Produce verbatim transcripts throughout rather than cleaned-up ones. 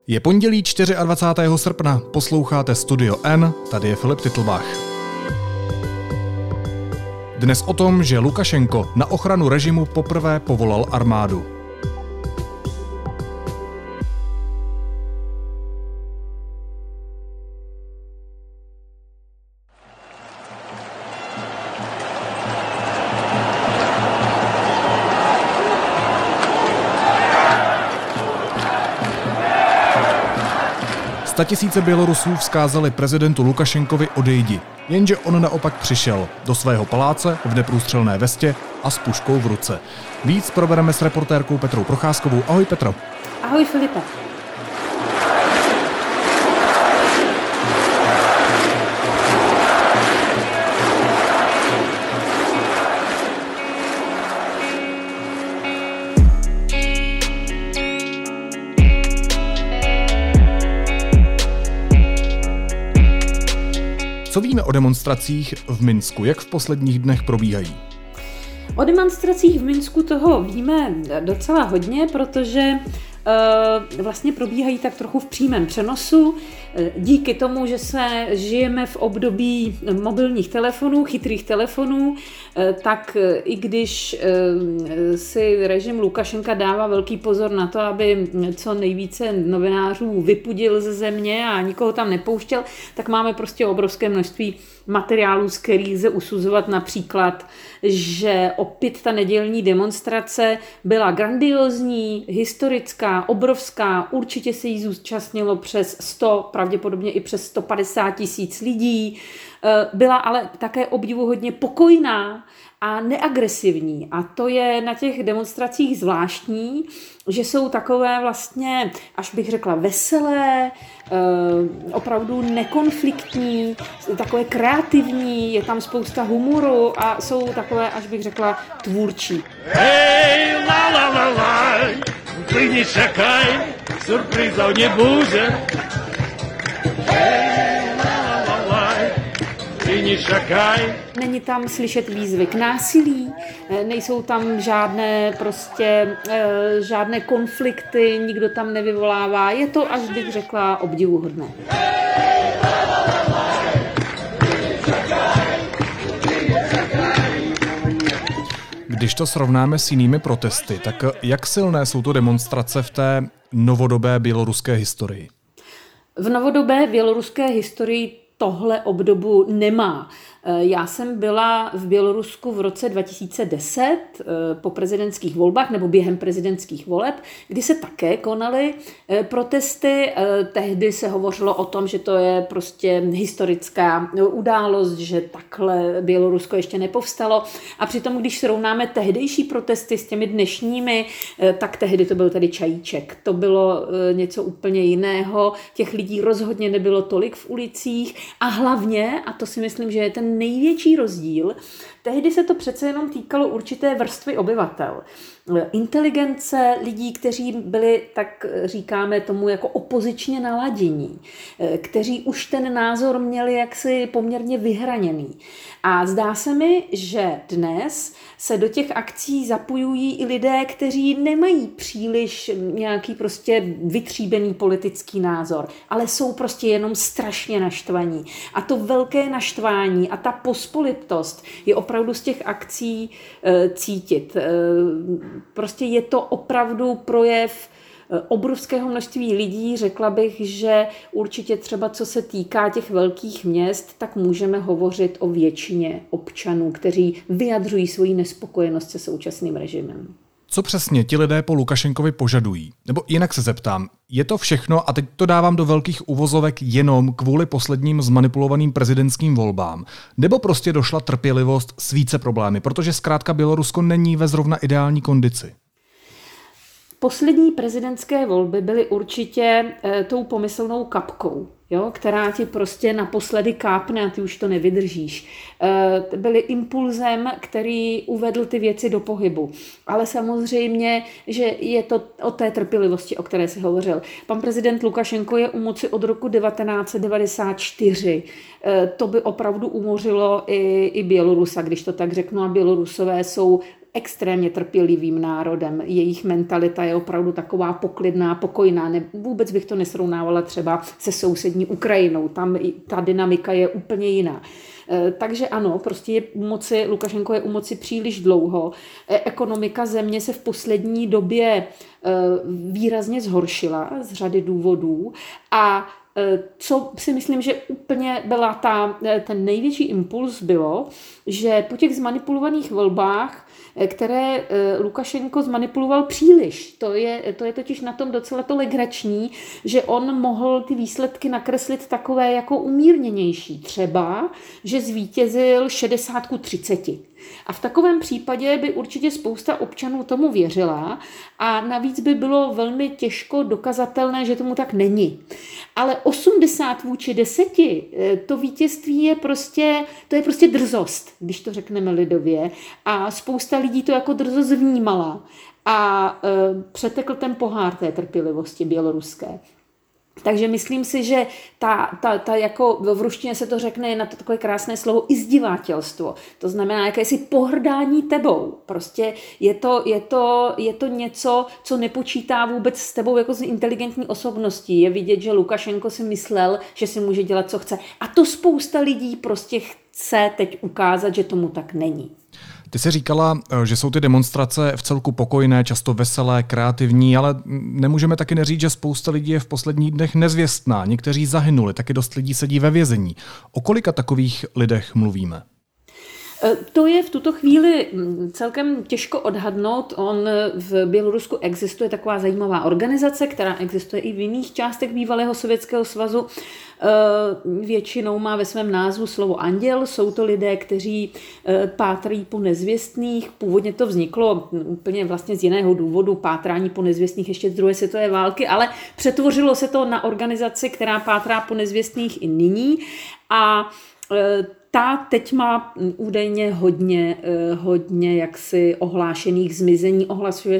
Je pondělí dvacátého čtvrtého srpna, posloucháte Studio N, tady je Filip Titlbach. Dnes o tom, že Lukašenko na ochranu režimu poprvé povolal armádu. Statisíce Bělorusů vzkázali prezidentu Lukašenkovi odejdi, jenže on naopak přišel do svého paláce v neprůstřelné vestě a s puškou v ruce. Víc probereme s reportérkou Petrou Procházkovou. Ahoj Petro. Ahoj Filipe. Co víme o demonstracích v Minsku? Jak v posledních dnech probíhají? O demonstracích v Minsku toho víme docela hodně, protože vlastně probíhají tak trochu v přímém přenosu. Díky tomu, že se žijeme v období mobilních telefonů, chytrých telefonů, tak i když si režim Lukašenka dává velký pozor na to, aby co nejvíce novinářů vypudil ze země a nikoho tam nepouštěl, tak máme prostě obrovské množství materiálů, z kterých lze usuzovat například, že opět ta nedělní demonstrace byla grandiózní, historická, obrovská, určitě se jí zúčastnilo přes sto, pravděpodobně i přes sto padesát tisíc lidí, byla ale také obdivuhodně pokojná a neagresivní. A to je na těch demonstracích zvláštní, že jsou takové vlastně, až bych řekla, veselé, opravdu nekonfliktní, takové kreativní, je tam spousta humoru a jsou takové, až bych řekla, tvůrčí. Hej, la la la la, ty nečekaj, surprizov nebude. Není tam slyšet výzvy k násilí, nejsou tam žádné prostě žádné konflikty, nikdo tam nevyvolává. Je to, až bych řekla, obdivuhodné. Když to srovnáme s jinými protesty, tak jak silné jsou to demonstrace v té novodobé běloruské historii? V novodobé běloruské historii tohle obdobu nemá. Já jsem byla v Bělorusku v roce dva tisíce deset po prezidentských volbách nebo během prezidentských voleb, kdy se také konaly protesty. Tehdy se hovořilo o tom, že to je prostě historická událost, že takhle Bělorusko ještě nepovstalo. A přitom, když srovnáme tehdejší protesty s těmi dnešními, tak tehdy to byl tedy čajíček. To bylo něco úplně jiného. Těch lidí rozhodně nebylo tolik v ulicích a hlavně, a to si myslím, že je ten největší rozdíl, tehdy se to přece jenom týkalo určité vrstvy obyvatel. Inteligence lidí, kteří byli, tak říkáme tomu, jako opozičně naladění, kteří už ten názor měli jaksi poměrně vyhraněný. A zdá se mi, že dnes se do těch akcí zapojují i lidé, kteří nemají příliš nějaký prostě vytříbený politický názor, ale jsou prostě jenom strašně naštvaní. A to velké naštvání a ta pospolitost je opravdu z těch akcí e, cítit. E, prostě je to opravdu projev obrovského množství lidí. Řekla bych, že určitě třeba co se týká těch velkých měst, tak můžeme hovořit o většině občanů, kteří vyjadřují svoji nespokojenost se současným režimem. Co přesně ti lidé po Lukašenkovi požadují? Nebo jinak se zeptám, je to všechno, a teď to dávám do velkých uvozovek, jenom kvůli posledním zmanipulovaným prezidentským volbám? Nebo prostě došla trpělivost s více problémy, protože zkrátka Bělorusko není ve zrovna ideální kondici? Poslední prezidentské volby byly určitě e, tou pomyslnou kapkou, jo, která ti prostě naposledy kápne a ty už to nevydržíš. E, byly impulzem, který uvedl ty věci do pohybu. Ale samozřejmě, že je to o té trpělivosti, o které jsi hovořil. Pan prezident Lukašenko je u moci od roku devatenáct set devadesát čtyři. E, to by opravdu umořilo i, i Bělorusa, když to tak řeknu, a Bělorusové jsou extrémně trpělivým národem. Jejich mentalita je opravdu taková poklidná, pokojná. Ne, vůbec bych to nesrovnávala třeba se sousední Ukrajinou. Tam ta dynamika je úplně jiná. Takže ano, prostě je u moci, Lukašenko je u moci příliš dlouho. Ekonomika země se v poslední době výrazně zhoršila z řady důvodů a co si myslím, že úplně byla ta, ten největší impuls bylo, že po těch zmanipulovaných volbách, které Lukašenko zmanipuloval příliš. To je, to je totiž na tom docela to legrační, že on mohl ty výsledky nakreslit takové jako umírněnější. Třeba, že zvítězil šedesát ku třiceti. A v takovém případě by určitě spousta občanů tomu věřila a navíc by bylo velmi těžko dokazatelné, že tomu tak není. Ale osmdesát vůči deseti, to vítězství je prostě, to je prostě drzost, když to řekneme lidově. A spousta lidí to jako drzost vnímala a e, přetekl ten pohár té trpělivosti běloruské. Takže myslím si, že ta, ta, ta jako v ruštině se to řekne, je na to takové krásné slovo izdivátělstvo. To znamená jakési pohrdání tebou. Prostě je to, je to, je to něco, co nepočítá vůbec s tebou jako s inteligentní osobností. Je vidět, že Lukašenko si myslel, že si může dělat, co chce. A to spousta lidí prostě chce teď ukázat, že tomu tak není. Ty jsi říkala, že jsou ty demonstrace v celku pokojné, často veselé, kreativní, ale nemůžeme taky neříct, že spousta lidí je v posledních dnech nezvěstná. Někteří zahynuli, taky dost lidí sedí ve vězení. O kolika takových lidech mluvíme? To je v tuto chvíli celkem těžko odhadnout. On v Bělorusku existuje taková zajímavá organizace, která existuje i v jiných částech bývalého Sovětského svazu. Většinou má ve svém názvu slovo anděl. Jsou to lidé, kteří pátrají po nezvěstných. Původně to vzniklo úplně vlastně z jiného důvodu, pátrání po nezvěstných ještě z druhé světové války, ale přetvořilo se to na organizaci, která pátrá po nezvěstných i nyní. A ta teď má údajně hodně, hodně jaksi ohlášených zmizení, ohlasuje,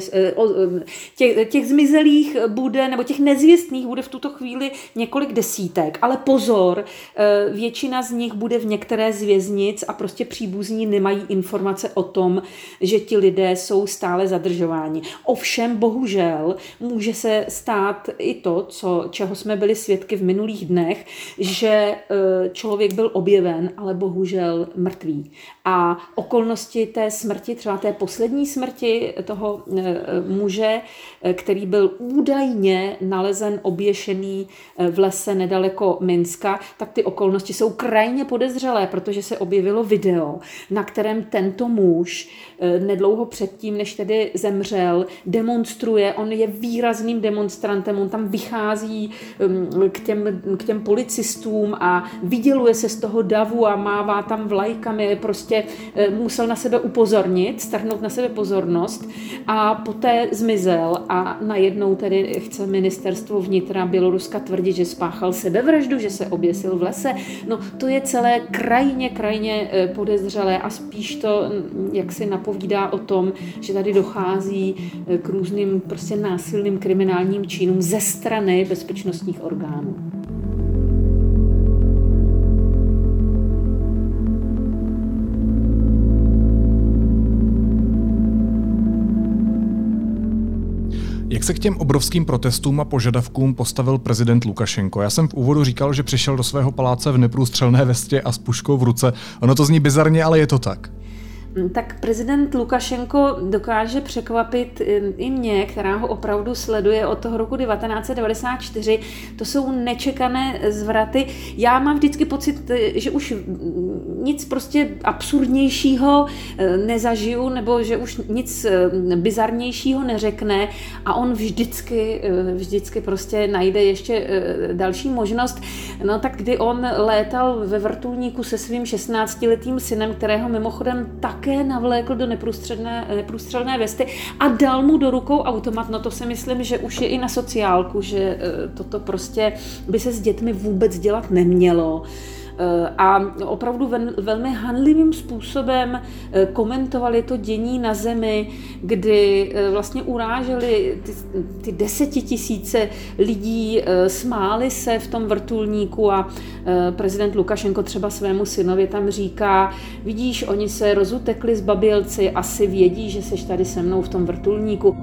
těch, těch zmizelých bude, nebo těch nezvěstných bude v tuto chvíli několik desítek, ale pozor, většina z nich bude v některé z věznic a prostě příbuzní nemají informace o tom, že ti lidé jsou stále zadržováni. Ovšem, bohužel, může se stát i to, co, čeho jsme byli svědky v minulých dnech, že člověk byl objeven, ale bohužel mrtvý. A okolnosti té smrti, třeba té poslední smrti toho muže, který byl údajně nalezen oběšený v lese nedaleko Minska, tak ty okolnosti jsou krajně podezřelé, protože se objevilo video, na kterém tento muž nedlouho předtím, než tedy zemřel, demonstruje. On je výrazným demonstrantem, on tam vychází k těm, k těm policistům a vyděluje se z toho davu a mává tam vlajkami, prostě musel na sebe upozornit, strhnout na sebe pozornost a poté zmizel a najednou tedy chce ministerstvo vnitra Běloruska tvrdit, že spáchal sebevraždu, že se oběsil v lese. No to je celé krajně, krajně podezřelé a spíš to jaksi napovídá o tom, že tady dochází k různým prostě násilným kriminálním činům ze strany bezpečnostních orgánů. Jak se k těm obrovským protestům a požadavkům postavil prezident Lukašenko? Já jsem v úvodu říkal, že přišel do svého paláce v neprůstřelné vestě a s puškou v ruce. Ono to zní bizarně, ale je to tak. Tak prezident Lukašenko dokáže překvapit i mě, která ho opravdu sleduje od toho roku devatenáct set devadesát čtyři. To jsou nečekané zvraty. Já mám vždycky pocit, že už nic prostě absurdnějšího nezažiju, nebo že už nic bizarnějšího neřekne a on vždycky, vždycky prostě najde ještě další možnost. No tak kdy on létal ve vrtulníku se svým šestnáctiletým synem, kterého mimochodem tak také navlékl do neprůstřelné, neprůstřelné vesty a dal mu do rukou automat. No to si myslím, že už je i na sociálku, že toto prostě by se s dětmi vůbec dělat nemělo. a opravdu velmi hanlivým způsobem komentovali to dění na zemi, kdy vlastně uráželi ty, ty desetitisíce lidí, smáli se v tom vrtulníku a prezident Lukašenko třeba svému synovi tam říká, vidíš, oni se rozutekli zbabělci, asi vědí, že seš tady se mnou v tom vrtulníku.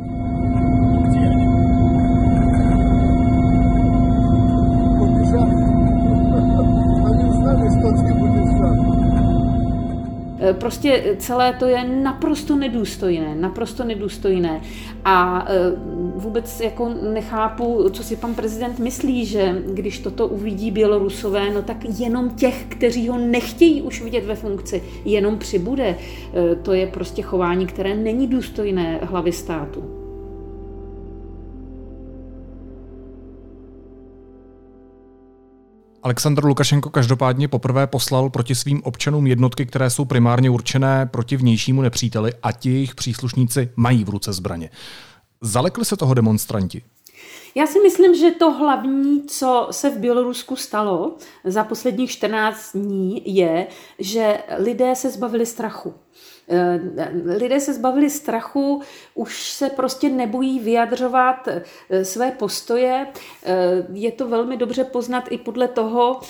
Prostě celé to je naprosto nedůstojné, naprosto nedůstojné a vůbec jako nechápu, co si pan prezident myslí, že když toto uvidí Bělorusové, no tak jenom těch, kteří ho nechtějí už vidět ve funkci, jenom přibude. To je prostě chování, které není důstojné hlavy státu. Alexandr Lukašenko každopádně poprvé poslal proti svým občanům jednotky, které jsou primárně určené proti vnějšímu nepříteli a ti jejich příslušníci mají v ruce zbraně. Zalekli se toho demonstranti? Já si myslím, že to hlavní, co se v Bělorusku stalo za posledních čtrnáct dní, je, že lidé se zbavili strachu. Lidé se zbavili strachu, už se prostě nebojí vyjadřovat své postoje. Je to velmi dobře poznat i podle toho,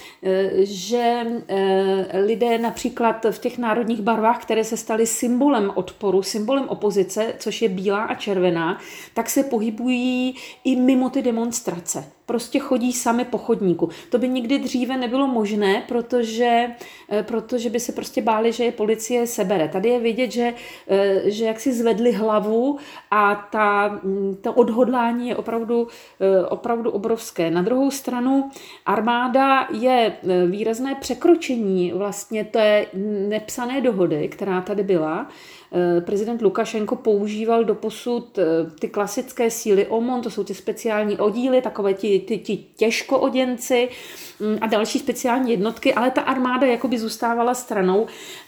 že lidé například v těch národních barvách, které se staly symbolem odporu, symbolem opozice, což je bílá a červená, tak se pohybují i mimo ty demonstrace. Prostě chodí sami po chodníku. To by nikdy dříve nebylo možné, protože, protože by se prostě báli, že je policie sebere. Tady je vidět, že, že jak si zvedli hlavu a ta, to odhodlání je opravdu, opravdu obrovské. Na druhou stranu armáda je výrazné překročení vlastně té nepsané dohody, která tady byla. Prezident Lukašenko používal doposud ty klasické síly O M O N, to jsou ty speciální oddíly, takové ti, ty, ti těžkooděnci a další speciální jednotky, ale ta armáda jakoby zůstávala stranou.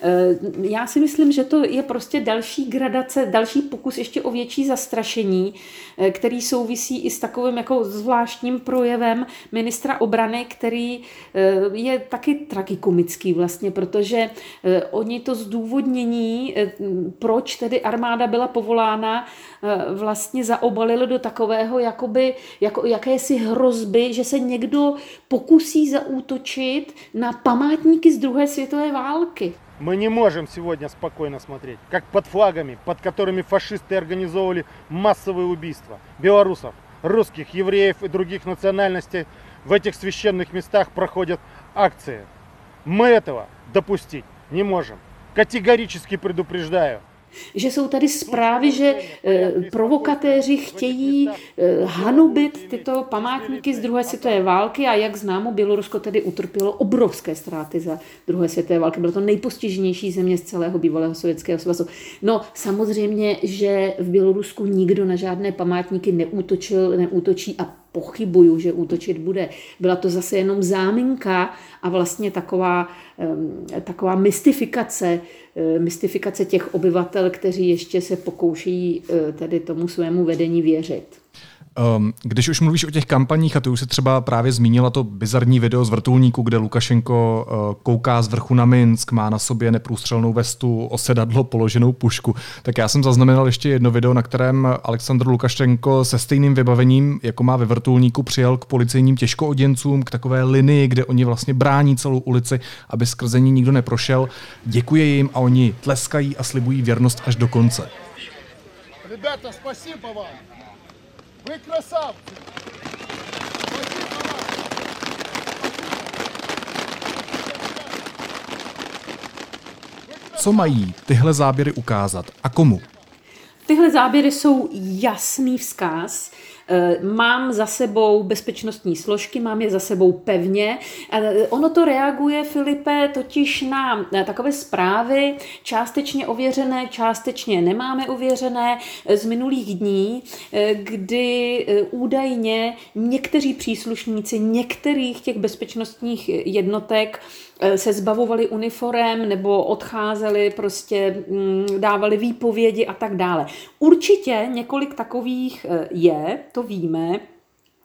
Já si myslím, že to je prostě další gradace, další pokus ještě o větší zastrašení, který souvisí i s takovým jako zvláštním projevem ministra obrany, který je taky tragikomický vlastně, protože oni to zdůvodnění, proč tedy armáda byla povolána, vlastně zaobalili do takového jakoby, jako, jakési hrozby, že se někdo pokusí zaútočit na památníky z druhé světové války. Мы не можем сегодня спокойно смотреть, как под флагами, под которыми фашисты организовывали массовые убийства белорусов, русских, евреев и других национальностей, в этих священных местах проходят акции. Мы этого допустить не можем. Категорически предупреждаю. Že jsou tady zprávy, že eh, provokatéři chtějí eh, hanubit tyto památníky z druhé světové války a jak známo, Bělorusko tedy utrpělo obrovské ztráty za druhé světové války. Bylo to nejpostiženější země z celého bývalého Sovětského svazu. No samozřejmě, že v Bělorusku nikdo na žádné památníky neútočil, neútočí a pochybuju, že útočit bude. Byla to zase jenom záminka a vlastně taková, taková mystifikace, mystifikace těch obyvatel, kteří ještě se pokouší tedy tomu svému vedení věřit. Um, když už mluvíš o těch kampaních, a ty už se třeba právě zmínila to bizarní video z vrtulníku, kde Lukašenko uh, kouká z vrchu na Minsk, má na sobě neprůstřelnou vestu, osedadlo, položenou pušku, tak já jsem zaznamenal ještě jedno video, na kterém Alexandr Lukašenko se stejným vybavením, jako má ve vrtulníku, přijel k policejním těžkooděncům, k takové linii, kde oni vlastně brání celou ulici, aby skrze ní nikdo neprošel. Děkuje jim a oni tleskají a slibují věrnost až do konce. Ребята, спасибо вам! Вы красавцы! Co mají tyhle záběry ukázat a komu? Tyhle záběry jsou jasný vzkaz. Mám za sebou bezpečnostní složky, mám je za sebou pevně. Ono to reaguje, Filipe, totiž na takové zprávy, částečně ověřené, částečně nemáme ověřené z minulých dní, kdy údajně někteří příslušníci některých těch bezpečnostních jednotek se zbavovali uniforem nebo odcházeli, prostě dávali výpovědi a tak dále. Určitě několik takových je, to víme,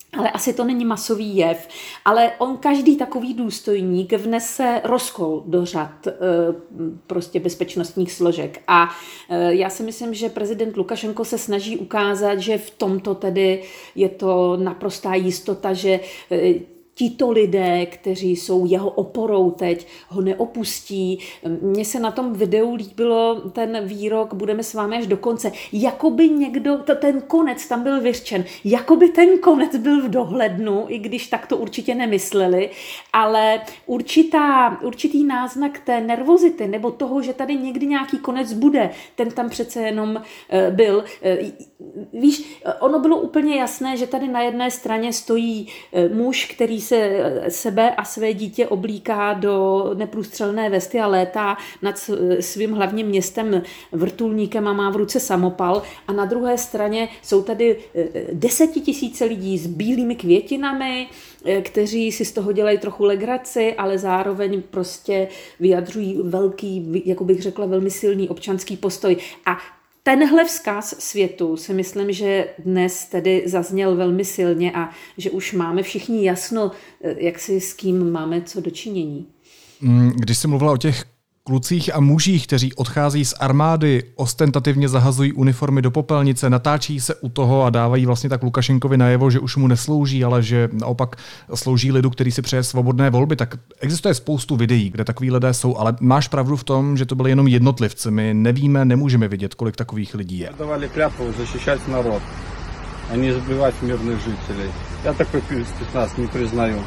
Ale asi to není masový jev. Ale on, každý takový důstojník, vnese rozkol do řad e, prostě bezpečnostních složek. A e, já si myslím, že prezident Lukašenko se snaží ukázat, že v tomto tedy je to naprostá jistota, že e, tito lidé, kteří jsou jeho oporou teď, ho neopustí. Mně se na tom videu líbilo ten výrok, budeme s vámi až do konce. Jakoby někdo, to, ten konec tam byl vyřčen, jakoby ten konec byl v dohlednu, i když tak to určitě nemysleli, ale určitá, určitý náznak té nervozity nebo toho, že tady někdy nějaký konec bude, ten tam přece jenom uh, byl. Uh, víš, ono bylo úplně jasné, že tady na jedné straně stojí uh, muž, který se sebe a své dítě oblíká do neprůstřelné vesty a létá nad svým hlavním městem vrtulníkem a má v ruce samopal. A na druhé straně jsou tady desetitisíce lidí s bílými květinami, kteří si z toho dělají trochu legraci, ale zároveň prostě vyjadřují velký, jak bych řekla, velmi silný občanský postoj. A tenhle vzkaz světu si myslím, že dnes tedy zazněl velmi silně a že už máme všichni jasno, jak si s kým máme co dočinění. Když jsi mluvila o těch klucích a mužích, kteří odchází z armády, ostentativně zahazují uniformy do popelnice, natáčí se u toho a dávají vlastně tak Lukašenkovi najevo, že už mu neslouží, ale že naopak slouží lidu, který si přeje svobodné volby, tak existuje spoustu videí, kde takový lidé jsou, ale máš pravdu v tom, že to byly jenom jednotlivci. My nevíme, nemůžeme vidět, kolik takových lidí je. Dávali klятву защищать народ, a не zabívat mírných žitelů. Já takový spецназ не признаю.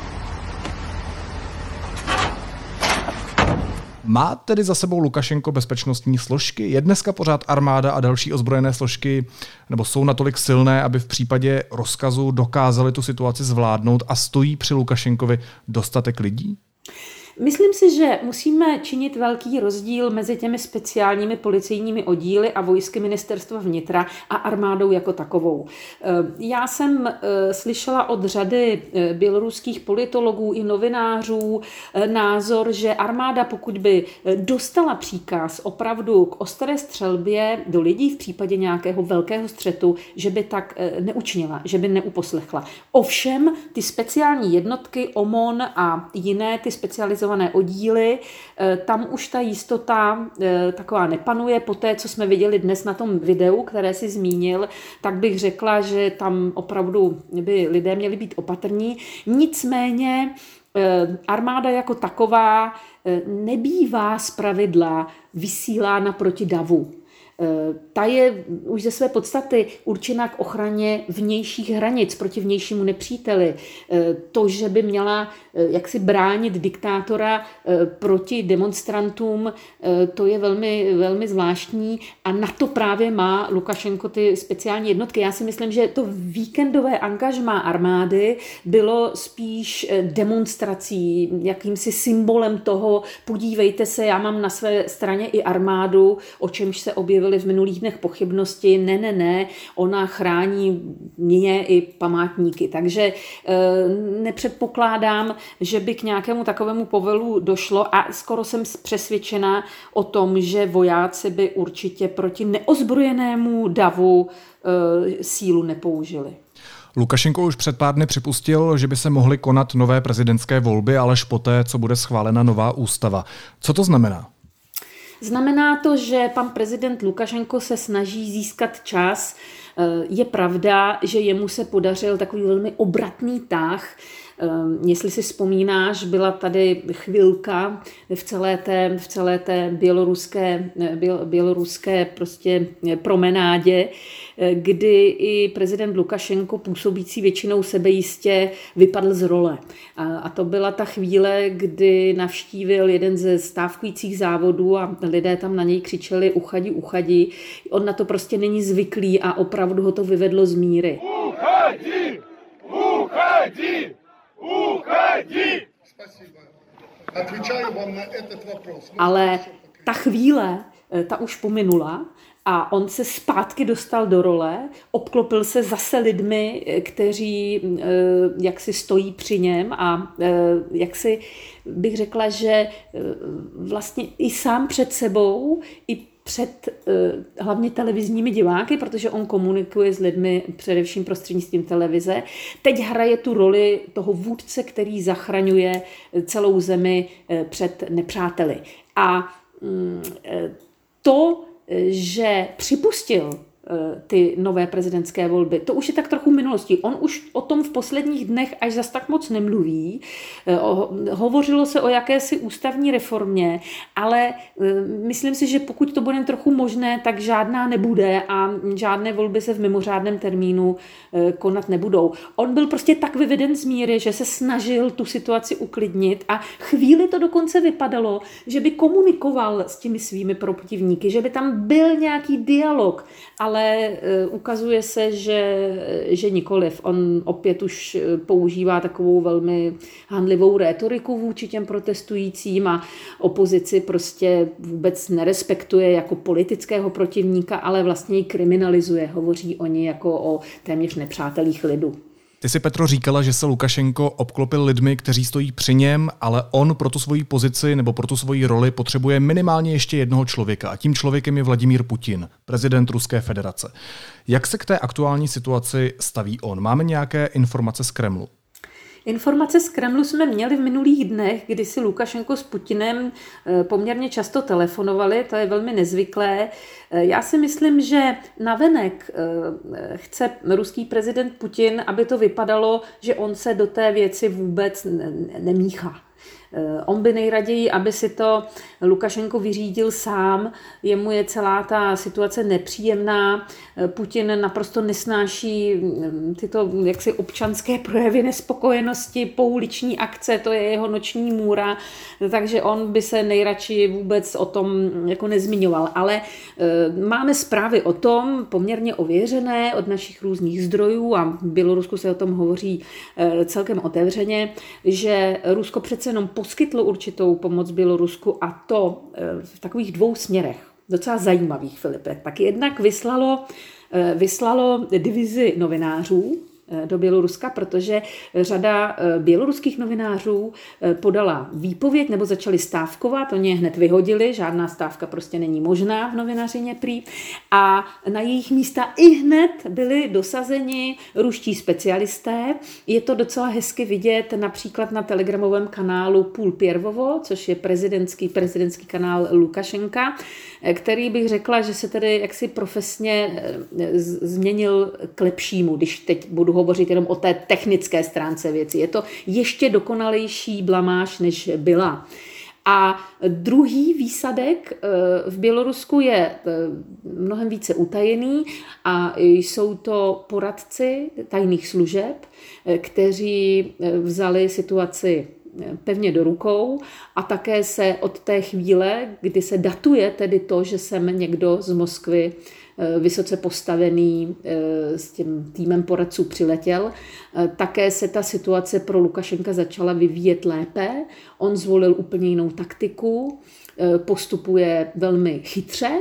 Má tedy za sebou Lukašenko bezpečnostní složky? Je dneska pořád armáda a další ozbrojené složky, nebo jsou natolik silné, aby v případě rozkazu dokázali tu situaci zvládnout a stojí při Lukašenkovi dostatek lidí? Myslím si, že musíme činit velký rozdíl mezi těmi speciálními policejními oddíly a vojsky ministerstva vnitra a armádou jako takovou. Já jsem slyšela od řady běloruských politologů i novinářů názor, že armáda, pokud by dostala příkaz opravdu k ostré střelbě do lidí v případě nějakého velkého střetu, že by tak neučinila, že by neuposlechla. Ovšem, ty speciální jednotky O M O N a jiné ty specializované oddíly, tam už ta jistota taková nepanuje. Po té, co jsme viděli dnes na tom videu, které si zmínil, tak bych řekla, že tam opravdu by lidé měli být opatrní. Nicméně armáda jako taková nebývá zpravidla vysílána proti davu. Ta je už ze své podstaty určena k ochraně vnějších hranic proti vnějšímu nepříteli. To, že by měla jaksi bránit diktátora proti demonstrantům, to je velmi, velmi zvláštní a na to právě má Lukašenko ty speciální jednotky. Já si myslím, že to víkendové angažmá armády bylo spíš demonstrací, jakýmsi symbolem toho, podívejte se, já mám na své straně i armádu, o čemž se objevily v minulých dnech pochybnosti, ne, ne, ne, ona chrání mě i památníky. Takže e, nepředpokládám, že by k nějakému takovému povelu došlo a skoro jsem přesvědčena o tom, že vojáci by určitě proti neozbrojenému davu e, sílu nepoužili. Lukašenko už před pár dny připustil, že by se mohly konat nové prezidentské volby, alež poté, co bude schválena nová ústava. Co to znamená? Znamená to, že pan prezident Lukašenko se snaží získat čas. Je pravda, že jemu se podařil takový velmi obratný tah. Jestli si vzpomínáš, byla tady chvilka v celé té, v celé té běloruské, běloruské prostě promenádě, kdy i prezident Lukašenko, působící většinou sebejistě, vypadl z role. A to byla ta chvíle, kdy navštívil jeden ze stávkujících závodů a lidé tam na něj křičeli uchadi, uchadi. On na to prostě není zvyklý a opravdu ho to vyvedlo z míry. Uchadi! Uchadi! Uchodí! Ale ta chvíle, ta už pominula a on se zpátky dostal do role, obklopil se zase lidmi, kteří jaksi stojí při něm a jaksi bych řekla, že vlastně i sám před sebou, i před hlavně televizními diváky, protože on komunikuje s lidmi především prostřednictvím televize. Teď hraje tu roli toho vůdce, který zachraňuje celou zemi před nepřáteli. A to, že připustil ty nové prezidentské volby. To už je tak trochu minulostí. On už o tom v posledních dnech až zas tak moc nemluví. Hovořilo se o jakési ústavní reformě, ale myslím si, že pokud to bude trochu možné, tak žádná nebude a žádné volby se v mimořádném termínu konat nebudou. On byl prostě tak vyveden z míry, že se snažil tu situaci uklidnit a chvíli to dokonce vypadalo, že by komunikoval s těmi svými protivníky, že by tam byl nějaký dialog, ale ukazuje se, že, že nikoliv. On opět už používá takovou velmi handlivou rétoriku vůči těm protestujícím a opozici prostě vůbec nerespektuje jako politického protivníka, ale vlastně ji kriminalizuje. Hovoří o ní jako o téměř nepřátelích lidu. Ty si, Petro, říkala, že se Lukašenko obklopil lidmi, kteří stojí při něm, ale on pro tu svoji pozici nebo pro tu svoji roli potřebuje minimálně ještě jednoho člověka. A tím člověkem je Vladimír Putin, prezident Ruské federace. Jak se k té aktuální situaci staví on? Máme nějaké informace z Kremlu? Informace z Kremlu jsme měli v minulých dnech, kdy si Lukašenko s Putinem poměrně často telefonovali, to je velmi nezvyklé. Já si myslím, že navenek chce ruský prezident Putin, aby to vypadalo, že on se do té věci vůbec nemíchá. On by nejraději, aby si to Lukašenko vyřídil sám, jemu je celá ta situace nepříjemná, Putin naprosto nesnáší tyto jaksi občanské projevy nespokojenosti, pouliční akce, to je jeho noční můra, takže on by se nejradši vůbec o tom jako nezmiňoval. Ale máme zprávy o tom, poměrně ověřené od našich různých zdrojů a v Bělorusku se o tom hovoří celkem otevřeně, že Rusko přece jenom poskytlo určitou pomoc Bělorusku a to v takových dvou směrech, docela zajímavých, Filipe. Tak jednak vyslalo, vyslalo divizi novinářů do Běloruska, protože řada běloruských novinářů podala výpověď nebo začali stávkovat, oni je hned vyhodili, žádná stávka prostě není možná v novinařině prý a na jejich místa i hned byli dosazeni ruští specialisté. Je to docela hezky vidět například na telegramovém kanálu Půl Pěrvovo, což je prezidentský, prezidentský kanál Lukašenka, který bych řekla, že se tedy jaksi profesně změnil k lepšímu, když teď budu hovořit jenom o té technické stránce věci. Je to ještě dokonalejší blamáž, než byla. A druhý výsadek v Bělorusku je mnohem více utajený a jsou to poradci tajných služeb, kteří vzali situaci pevně do rukou a také se od té chvíle, kdy se datuje tedy to, že sem někdo z Moskvy vysoce postavený s tím týmem poradců přiletěl, také se ta situace pro Lukašenka začala vyvíjet lépe. On zvolil úplně jinou taktiku, postupuje velmi chytře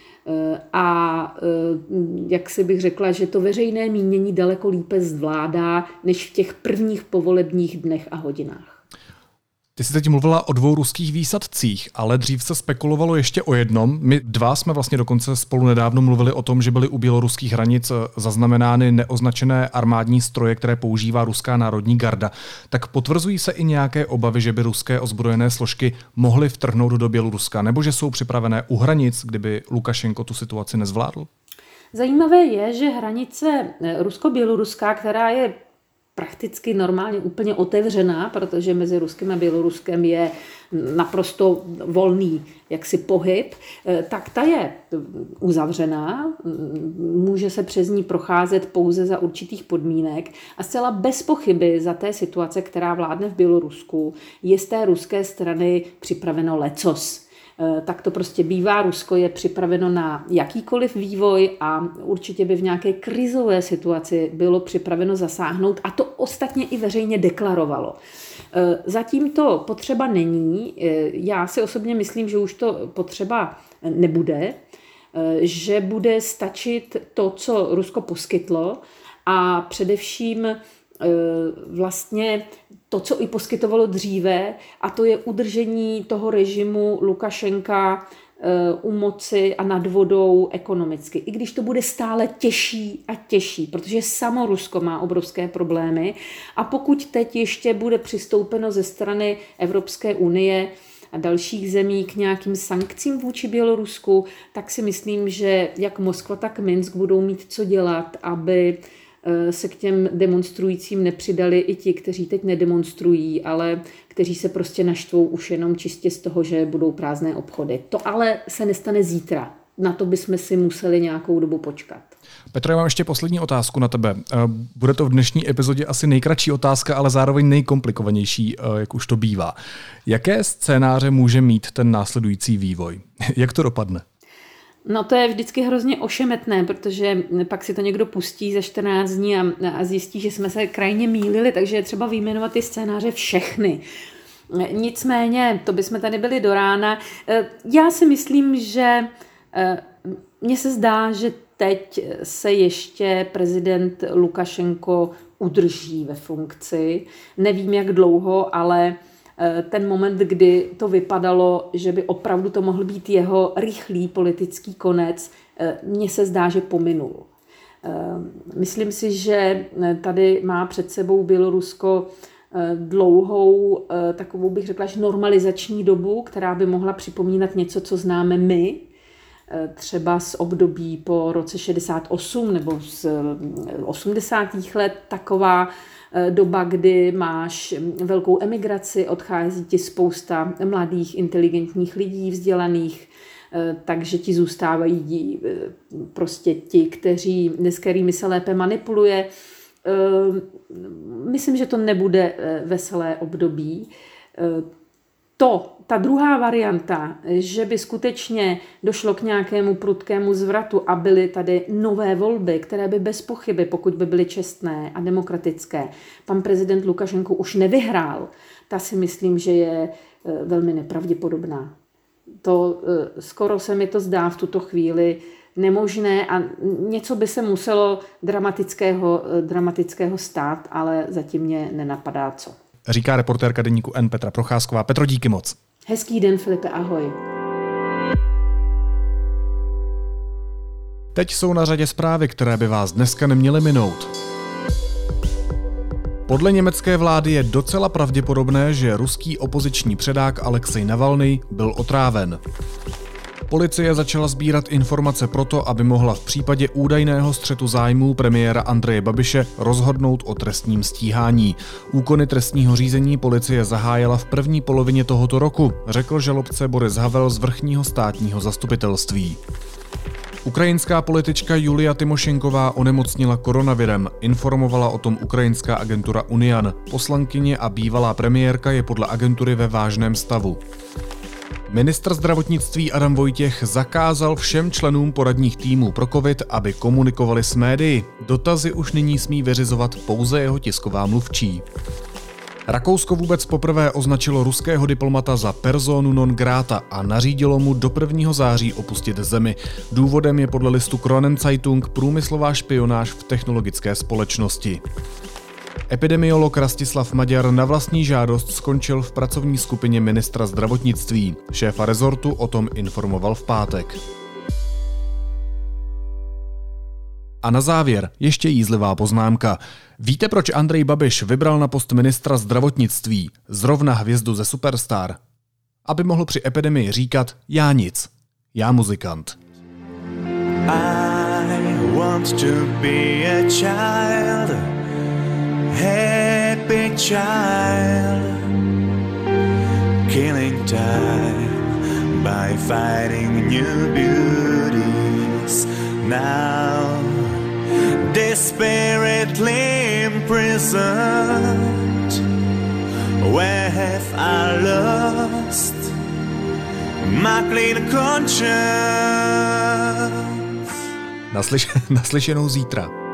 a jak si bych řekla, že to veřejné mínění daleko lépe zvládá, než v těch prvních povolebních dnech a hodinách. Ty jsi teď mluvila o dvou ruských výsadcích, ale dřív se spekulovalo ještě o jednom. My dva jsme vlastně dokonce spolu nedávno mluvili o tom, že byly u běloruských hranic zaznamenány neoznačené armádní stroje, které používá ruská národní garda. Tak potvrzují se i nějaké obavy, že by ruské ozbrojené složky mohly vtrhnout do Běloruska, nebo že jsou připravené u hranic, kdyby Lukašenko tu situaci nezvládl? Zajímavé je, že hranice rusko-běloruská, která je prakticky normálně úplně otevřená, protože mezi Ruskem a Běloruskem je naprosto volný jaksi pohyb, tak ta je uzavřená, může se přes ní procházet pouze za určitých podmínek a zcela bez pochyby za té situace, která vládne v Bělorusku, je z té ruské strany připraveno lecos. Tak to prostě bývá. Rusko je připraveno na jakýkoliv vývoj a určitě by v nějaké krizové situaci bylo připraveno zasáhnout a to ostatně i veřejně deklarovalo. Zatím to potřeba není. Já si osobně myslím, že už to potřeba nebude, že bude stačit to, co Rusko poskytlo a především vlastně to, co i poskytovalo dříve, a to je udržení toho režimu Lukašenka u moci a nad vodou ekonomicky. I když to bude stále těžší a těžší, protože samo Rusko má obrovské problémy a pokud teď ještě bude přistoupeno ze strany Evropské unie a dalších zemí k nějakým sankcím vůči Bělorusku, tak si myslím, že jak Moskva, tak Minsk budou mít co dělat, aby se k těm demonstrujícím nepřidali i ti, kteří teď nedemonstrují, ale kteří se prostě naštvou už jenom čistě z toho, že budou prázdné obchody. To ale se nestane zítra. Na to bychom si museli nějakou dobu počkat. Petro, já mám ještě poslední otázku na tebe. Bude to v dnešní epizodě asi nejkratší otázka, ale zároveň nejkomplikovanější, jak už to bývá. Jaké scénáře může mít ten následující vývoj? Jak to dopadne? No to je vždycky hrozně ošemetné, protože pak si to někdo pustí za čtrnáct dní a, a zjistí, že jsme se krajně mýlili, takže je třeba vyjmenovat ty scénáře všechny. Nicméně, to bychom tady byli do rána. Já si myslím, že mně se zdá, že teď se ještě prezident Lukašenko udrží ve funkci. Nevím, jak dlouho, ale ten moment, kdy to vypadalo, že by opravdu to mohl být jeho rychlý politický konec, mně se zdá, že pominul. Myslím si, že tady má před sebou Bělorusko dlouhou, takovou bych řekla, že normalizační dobu, která by mohla připomínat něco, co známe my, třeba z období po roce šedesát osm nebo z osmdesátých let, taková doba, kdy máš velkou emigraci, odchází ti spousta mladých, inteligentních lidí, vzdělaných, takže ti zůstávají prostě ti, kteří, s kterými se lépe manipuluje. Myslím, že to nebude veselé období. To, ta druhá varianta, že by skutečně došlo k nějakému prudkému zvratu a byly tady nové volby, které by bez pochyby, pokud by byly čestné a demokratické, pan prezident Lukašenko už nevyhrál, ta si myslím, že je velmi nepravděpodobná. To skoro se mi to zdá v tuto chvíli nemožné a něco by se muselo dramatického, dramatického stát, ale zatím mě nenapadá co. Říká reportérka deníku N Petra Procházková. Petro, díky moc. Hezký den, Filipe, ahoj. Teď jsou na řadě zprávy, které by vás dneska neměly minout. Podle německé vlády je docela pravděpodobné, že ruský opoziční předák Alexej Navalnyj byl otráven. Policie začala sbírat informace proto, aby mohla v případě údajného střetu zájmů premiéra Andreje Babiše rozhodnout o trestním stíhání. Úkony trestního řízení policie zahájila v první polovině tohoto roku, řekl žalobce Boris Havel z vrchního státního zastupitelství. Ukrajinská politička Julia Tymošenková onemocnila koronavirem, informovala o tom ukrajinská agentura Unian. Poslankyně a bývalá premiérka je podle agentury ve vážném stavu. Ministr zdravotnictví Adam Vojtěch zakázal všem členům poradních týmů pro covid, aby komunikovali s médii. Dotazy už nyní smí vyřizovat pouze jeho tisková mluvčí. Rakousko vůbec poprvé označilo ruského diplomata za personu non grata a nařídilo mu do prvního září opustit zemi. Důvodem je podle listu Kronenzeitung průmyslová špionáž v technologické společnosti. Epidemiolog Rastislav Maďar na vlastní žádost skončil v pracovní skupině ministra zdravotnictví. Šéfa rezortu o tom informoval v pátek. A na závěr ještě jízlivá poznámka. Víte, proč Andrej Babiš vybral na post ministra zdravotnictví zrovna hvězdu ze Superstar? Aby mohl při epidemii říkat já nic, já muzikant. I want to be a child, happy child, killing time by fighting new beauties now. Desperately imprisoned, where have I lost my clean conscience? Naslyš- naslyšenou zítra.